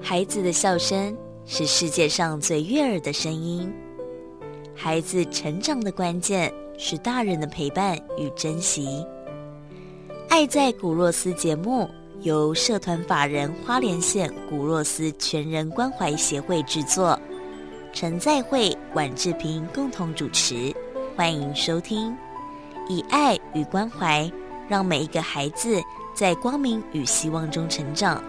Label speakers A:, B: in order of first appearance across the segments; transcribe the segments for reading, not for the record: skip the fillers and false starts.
A: 孩子的笑声是世界上最悦耳的声音。孩子成长的关键是大人的陪伴与珍惜。爱在古若斯节目由社团法人花莲县古若斯全人关怀协会制作，陈再慧、婉志平共同主持，欢迎收听。以爱与关怀，让每一个孩子在光明与希望中成长。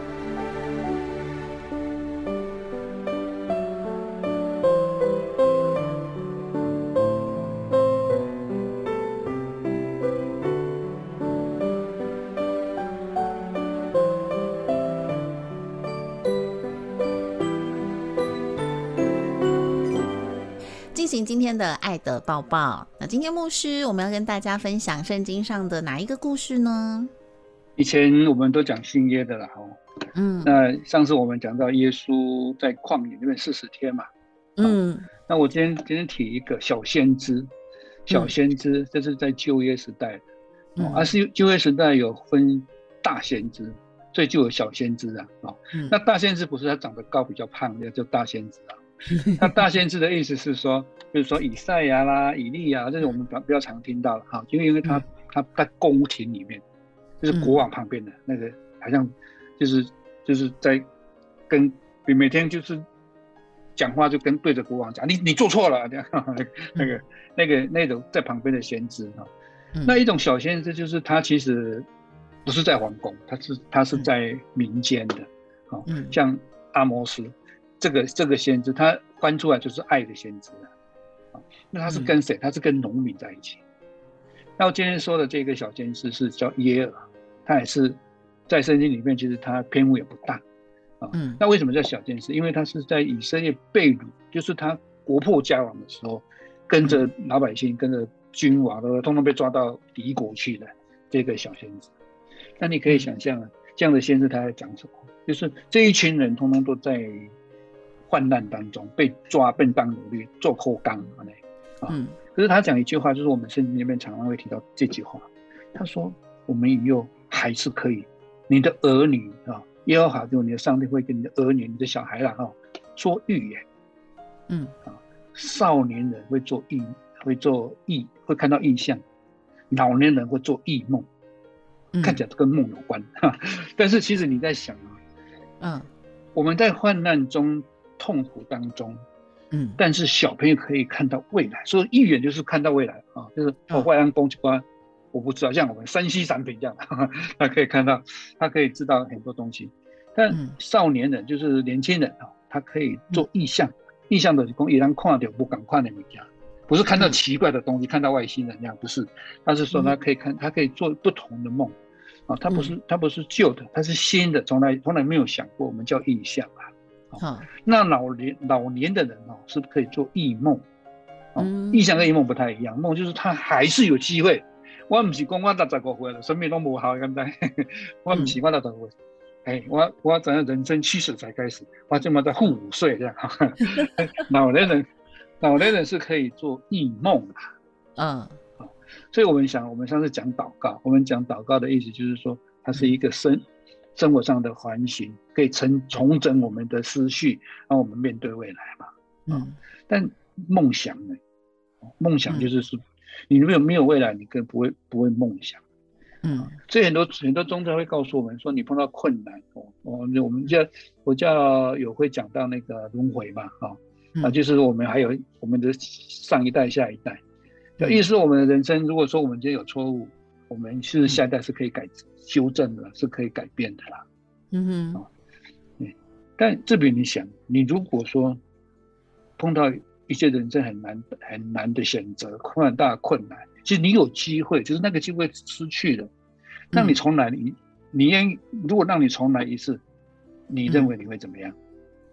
B: 进行今天的爱的抱抱。那今天牧师我们要跟大家分享圣经上的哪一个故事呢？
C: 以前我们都讲新约的啦，那上次我们讲到耶稣在旷野里面40天嘛，那我今天提一个小先知，这是在旧约时代的，是旧约时代有分大先知，所以就有小先知啊，那大先知不是他长得高比较胖的叫大先知啊。那大先知的意思是说，比如说以赛亚啦、以利亚，这是我们比较常听到的哈，因为他在宫廷里面，就是国王旁边的那个，好像就是在跟每天就是讲话就跟对着国王讲，你做错了这样，那种在旁边的先知哈。那一种小先知就是他其实不是在皇宫，他是在民间的，像阿摩斯。这个先知他翻出来就是爱的先知那他是跟谁？他是跟农民在一起。那我今天说的这个小先知是叫耶尔，他也是在圣经里面其实他篇幅也不大那为什么叫小先知？因为他是在以色列被掳，就是他国破家亡的时候，跟着老百姓跟着君王都通通被抓到敌国去的这个小先知。那你可以想象这样的先知他在讲什么？就是这一群人通通都在患难当中被抓，被当奴隶，做扣缸可是他讲一句话，就是我们圣经里面常常会提到这句话，他说我们以后还是可以，你的儿女耶和华就你的上帝会跟你的儿女、你的小孩啦说预言少年人会做异，会看到异象，老年人会做异梦，看起来跟梦有关但是其实你在想我们在患难中痛苦当中但是小朋友可以看到未来，所以预言就是看到未来就是外安公关我不知道，像我们3C 产品这样他可以看到，他可以知道很多东西。但少年人就是年轻人他可以做意象，意象的也让看到不敢看的物件，不是看到奇怪的东西，看到外星人这样，不是，他是说他可以看，他可以做不同的梦他不是旧的，他是新的，从来没有想过，我们叫意象那老年的人是可以做异梦意象跟异梦不太一样，梦就是他还是有机会。我不是说我65岁了，生命都不好，我不是我65岁，我整个人生70才开始，我这么在负5岁这样老年人是可以做异梦的所以我们上次讲祷告，我们讲祷告的意思就是说，它是一个生活上的环形，可以重整我们的思绪，让我们面对未来嘛但梦想呢？梦想就是说你没有未来，你更不会梦想所以很多宗教会告诉我们说，你碰到困难我叫有会讲到那个轮回嘛就是我们还有我们的上一代下一代意思是我们的人生，如果说我们今天有错误，我们是下一代是可以修正的，是可以改变的啦但这边你想，你如果说碰到一些人生很难的选择，很大的困难，其实你有机会，就是那个机会失去了，让你重来，如果让你重来一次，你认为你会怎么样？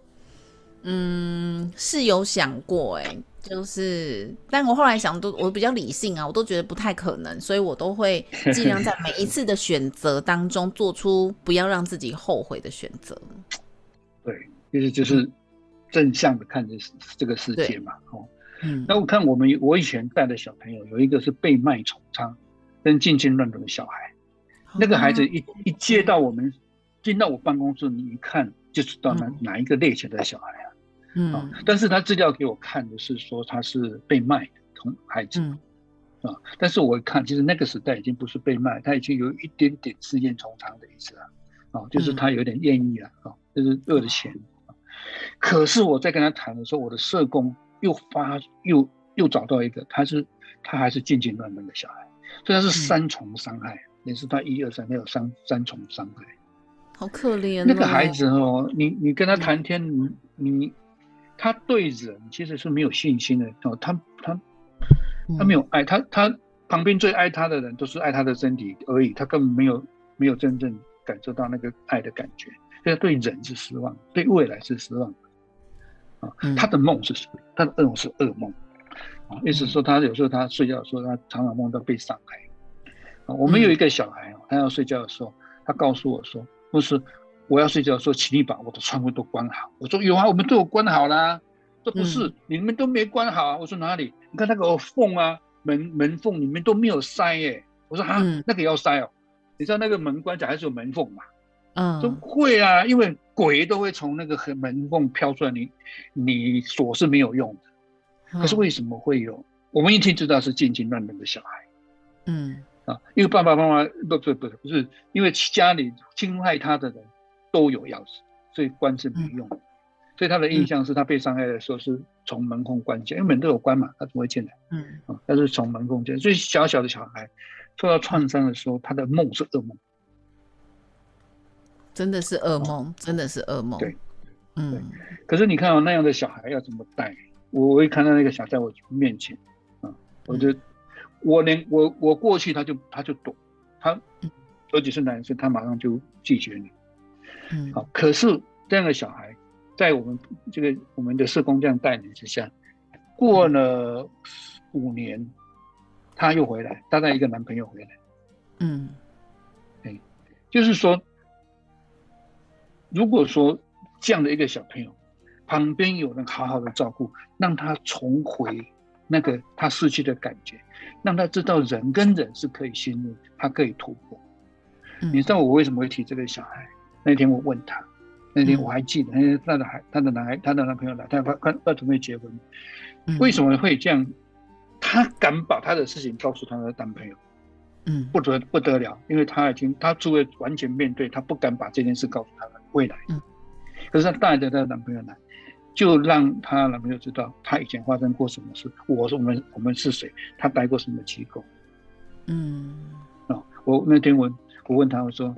B: 是有想过但我后来想我比较理性我都觉得不太可能，所以我都会尽量在每一次的选择当中做出不要让自己后悔的选择。
C: 对，其实就是正向的看这个世界嘛那我看我以前带的小朋友有一个是被卖宠娼跟进进乱伦的小孩那个孩子一接到我们进到我办公室，你一看就知道哪一个类型的小孩啊。但是他资料给我看的是说他是被卖的孩子。但是我一看，其实那个时代已经不是被卖，他已经有一点点试验从长的意思了，就是他有点艳意了，就是饿了钱。可是我在跟他谈的时候，我的社工又找到一个，他还是进进乱乱的小孩，所以他是3重伤害，也是他1、2、3，他有三重伤害，
B: 好可怜。
C: 那个孩子你跟他谈天，他对人其实是没有信心的，他没有爱，他旁边最爱他的人都是爱他的身体而已，他根本没有真正感受到那个爱的感觉，所以他对人是失望，对未来是失望他的梦是什么？他的噩梦是噩梦意思说他有时候他睡觉的时候，他常常梦到被伤害我们有一个小孩他要睡觉的时候，他告诉我说，不是我要睡觉的时候，请你把我的窗户都关好。我说有啊，我们都有关好啦。说不是，你们都没关好啊。我说哪里？你看那个缝啊，门缝里面都没有塞耶。我说那个也要塞哦。你知道那个门关起来还是有门缝嘛？说会啊，因为鬼都会从那个门缝飘出来，你锁是没有用的。可是为什么会有？我们一听知道是进进乱乱的小孩。因为爸爸妈妈不是，因为家里侵害他的人都有钥匙，所以关是没用的。所以他的印象是他被伤害的时候是从门缝关进来，因为门都有关嘛，他怎么会进来？他是从门缝进来。所以小小的小孩受到创伤的时候，他的梦是噩梦，
B: 真的是噩梦，真的是噩梦。
C: 对，可是你看那样的小孩要怎么带？我会看到那个小孩在我面前我就我过去他就躲，他尤其是男生，他马上就拒绝你。可是这样的小孩，在我们的社工这样带领之下，过了5年，他又回来，他带一个男朋友回来。就是说，如果说这样的一个小朋友旁边有人好好的照顾，让他重回那个他失去的感觉，让他知道人跟人是可以信任，他可以突破。你知道我为什么会提这个小孩？那天我问他，那天我还记得，他的男朋友来，他要准备结婚，为什么会这样？他敢把他的事情告诉他的男朋友，不得了，因为他除了完全面对，他不敢把这件事告诉他的未来。可是他带着他的男朋友来，就让他男朋友知道他以前发生过什么事，我们是谁，他待过什么机构。我那天我问他，我说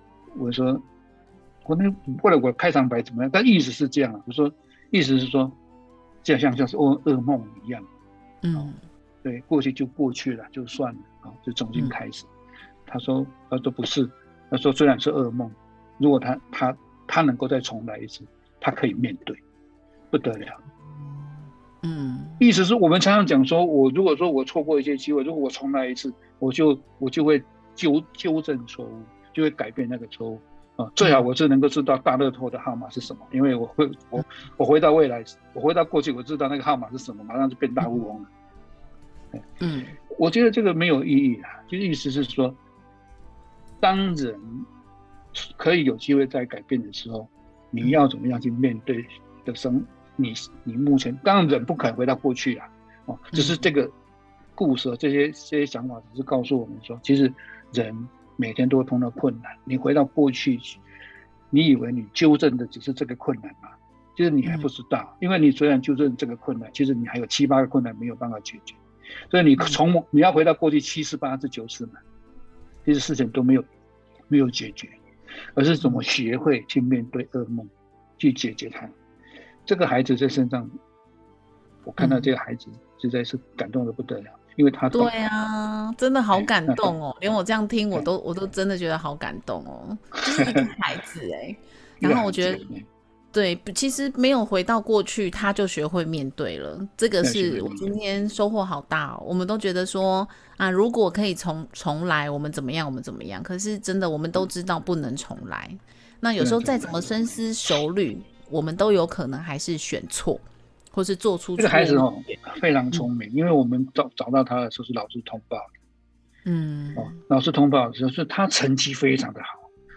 C: 后来我开场白怎么样？但意思是这样我说意思是说，就像是噩梦一样。对，过去就过去了，就算了就重新开始。他说不是，他说虽然是噩梦，如果他能够再重来一次，他可以面对，不得了。意思是我们常常讲说，如果说我错过一些机会，如果我重来一次，我就会纠正错误，就会改变那个错误最好我是能够知道大乐透的号码是什么，因为我回到未来，我回到过去，我知道那个号码是什么，马上就变大富翁了。我觉得这个没有意义就意思是说，当人可以有机会再改变的时候，你要怎么样去面对的你目前当然人不可能回到过去只是这个故事这些想法只是告诉我们说，其实人每天都会碰到困难，你回到过去，你以为你纠正的只是这个困难吗？其实你还不知道，因为你虽然纠正这个困难，其实你还有7、8个困难没有办法解决，所以你要回到过去7次、8次、9次嘛，其实事情都没有解决，而是怎么学会去面对噩梦，去解决它。这个孩子在身上，我看到这个孩子实在是感动得不得了，因为他
B: 对啊，真的好感动连我这样听我都真的觉得好感动就是一个孩子然后我觉得对，其实没有回到过去，他就学会面对了。这个是我今天收获好大我们都觉得说如果可以重来，我们怎么样，我们怎么样。可是真的，我们都知道不能重来。那有时候再怎么深思熟虑，我们都有可能还是选错，或是做出错误。
C: 这个孩子非常聪明，因为我们找到他的时候是老师通报的。老师通报的时候是他成绩非常的好，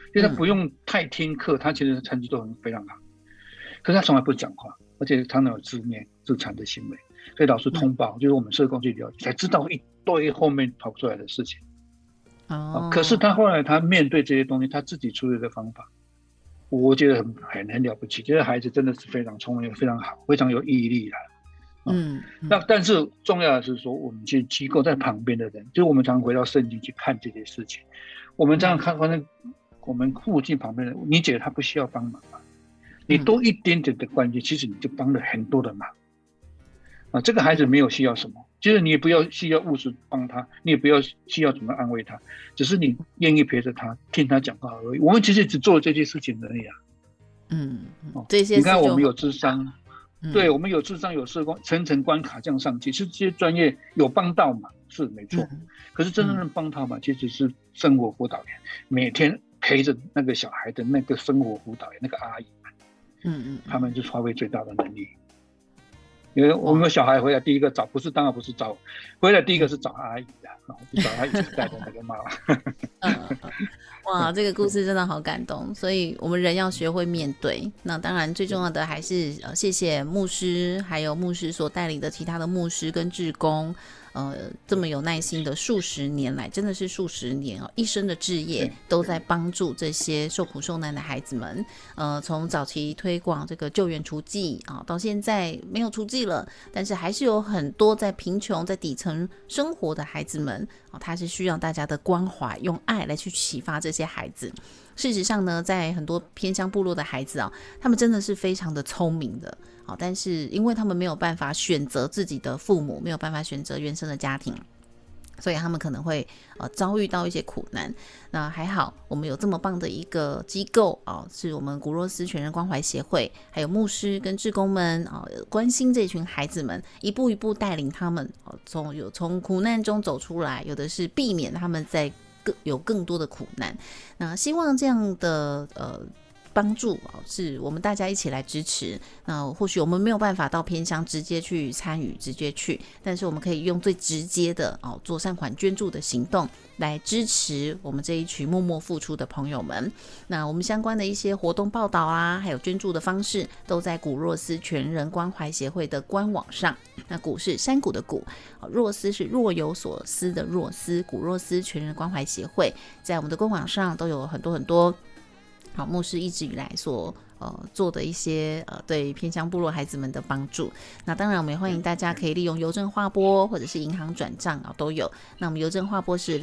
C: 所以他不用太听课，他其实成绩都非常好，可是他从来不讲话，而且常常有自残的行为，所以老师通报，就是我们社工去了解，才知道一堆后面跑出来的事情。可是他后来他面对这些东西，他自己处理的方法，我觉得很了不起。这个孩子真的是非常聪明，非常好，非常有毅力啦。那但是重要的是说，我们去机构在旁边的人，就是我们常回到圣经去看这些事情，我们这样看，反正我们附近旁边的人，你觉得他不需要帮忙吗？你多一点点的关系，其实你就帮了很多的忙。这个孩子没有需要什么，就是你也不要需要物质帮他，你也不要需要怎么安慰他，只是你愿意陪着他，听他讲话而已。我们其实只做这些事情而已啊。
B: 这些
C: 你看我们有智商，对，我们有智商有社工，层层关卡这样上去，是这些专业有帮到嘛？是没错。可是真正帮他嘛，其实是生活辅导员，每天陪着那个小孩的那个生活辅导员那个阿姨们，他们就发挥最大的能力。因为我们小孩回来第一个找，当然不是找，回来第一个是找阿姨的，就找他以前带的那个妈妈。
B: 哇，这个故事真的好感动，所以我们人要学会面对。那当然最重要的还是谢谢牧师，还有牧师所带领的其他的牧师跟志工，这么有耐心的数十年来，真的是数十年一生的志业都在帮助这些受苦受难的孩子们。从早期推广这个救援厨技到现在没有厨技了，但是还是有很多在贫穷在底层生活的孩子们，他是需要大家的关怀，用爱来去启发这些孩子。事实上呢，在很多偏乡部落的孩子他们真的是非常的聪明的，但是因为他们没有办法选择自己的父母，没有办法选择原生的家庭，所以他们可能会遭遇到一些苦难。那还好我们有这么棒的一个机构是我们古若斯全人关怀协会，还有牧师跟志工们关心这群孩子们，一步一步带领他们从苦难中走出来，有的是避免他们在有更多的苦难。那希望这样的帮助是我们大家一起来支持。那或许我们没有办法到偏乡直接去参与，直接去，但是我们可以用最直接的做善款捐助的行动来支持我们这一群默默付出的朋友们。那我们相关的一些活动报道还有捐助的方式，都在古若斯全人关怀协会的官网上。那古是山谷的谷，若斯是若有所思的若斯，古若斯全人关怀协会在我们的官网上都有很多牧师一直以来所做的一些对偏乡部落孩子们的帮助。那当然我们也欢迎大家可以利用邮政划拨或者是银行转账都有。那我们邮政划拨是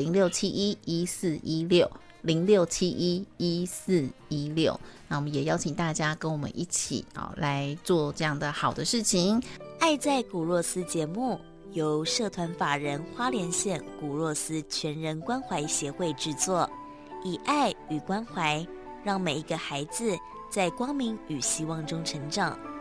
B: 06711416 06711416。那我们也邀请大家跟我们一起来做这样的好的事情。
A: 爱在古若斯节目由社团法人花莲县古若斯全人关怀协会制作，以爱与关怀让每一个孩子在光明与希望中成长。